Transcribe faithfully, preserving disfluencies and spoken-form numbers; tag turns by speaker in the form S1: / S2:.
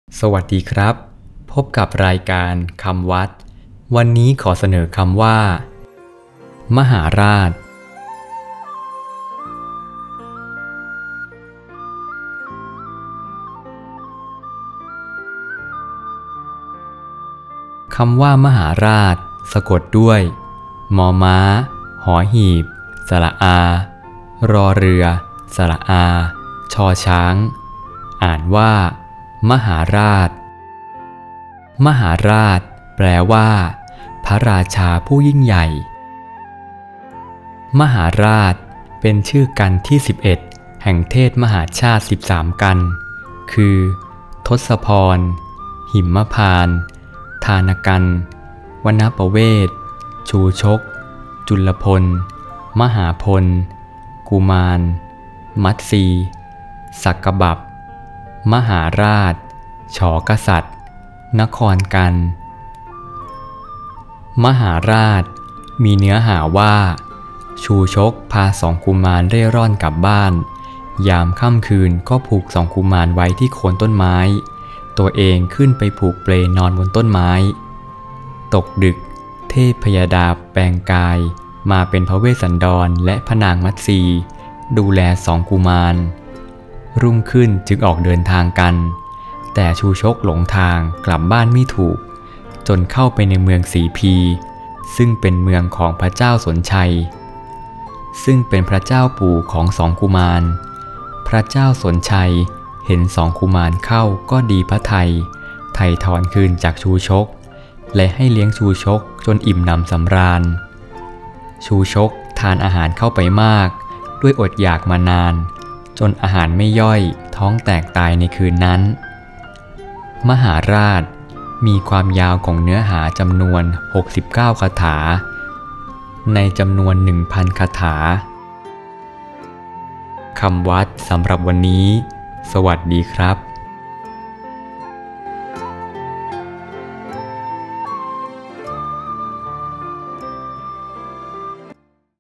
S1: สวัสดีครับพบกับรายการคำวัดวันนี้ขอเสนอคำว่า มหาราชคำว่ามหาราชสะกดด้วยมอม้าหอหีบสระอารอเรือสระอาชอช้างอ่านว่ามหาราชมหาราชแปลว่าพระราชาผู้ยิ่งใหญ่มหาราชเป็นชื่อกันที่สิบเอ็ดแห่งเทศมหาชาติสิบสามกันคือทศพรหิมพานต์ธานกันวณปเวศชูชกจุลพลมหาพลกุมารมัตสีสักกบับมหาราชฉอกษัตริย์นครกันมหาราชมีเนื้อหาว่าชูชกพาสองกุมารเร่ร่อนกลับบ้านยามค่ำคืนก็ผูกสองกุมารไว้ที่โคนต้นไม้ตัวเองขึ้นไปผูกเปลนอนบนต้นไม้ตกดึกเทพพยดาแปลงกายมาเป็นพระเวสสันดรและพระนางมัตสีดูแลสองกุมารรุ่งขึ้นจึงออกเดินทางกันแต่ชูชกหลงทางกลับบ้านไม่ถูกจนเข้าไปในเมืองสีพีซึ่งเป็นเมืองของพระเจ้าสนชัยซึ่งเป็นพระเจ้าปู่ของสองกุมารพระเจ้าสนชัยเห็นสองกุมารเข้าก็ดีพระทัยไถ่ถอนคืนจากชูชกและให้เลี้ยงชูชกจนอิ่มหนำสำราญชูชกทานอาหารเข้าไปมากด้วยอดอยากมานานจนอาหารไม่ย่อยท้องแตกตายในคืนนั้นมหาราชมีความยาวของเนื้อหาจำนวนหกสิบเก้าคาถาในจำนวน หนึ่งพัน คาถาคำวัดสำหรับวันนี้สวัสดีครับ